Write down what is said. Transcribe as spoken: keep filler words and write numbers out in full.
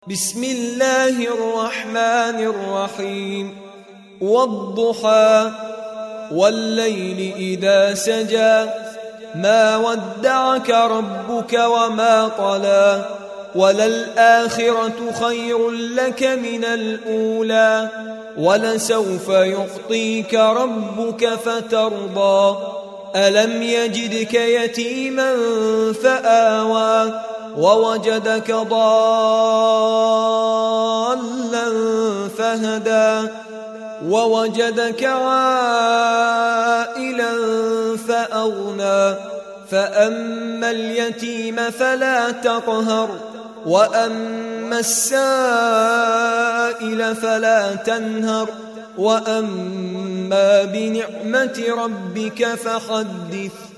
بسم الله الرحمن الرحيم والضحى والليل إذا سجى ما ودعك ربك وما قلى وللآخرة خير لك من الأولى ولسوف يعطيك ربك فترضى ألم يجدك يتيما فآوى ووجدك ضالا فهدى ووجدك عائلا فأغنى فأما اليتيم فلا تقهر وأما السائل فلا تنهر وأما بنعمة ربك فحدث.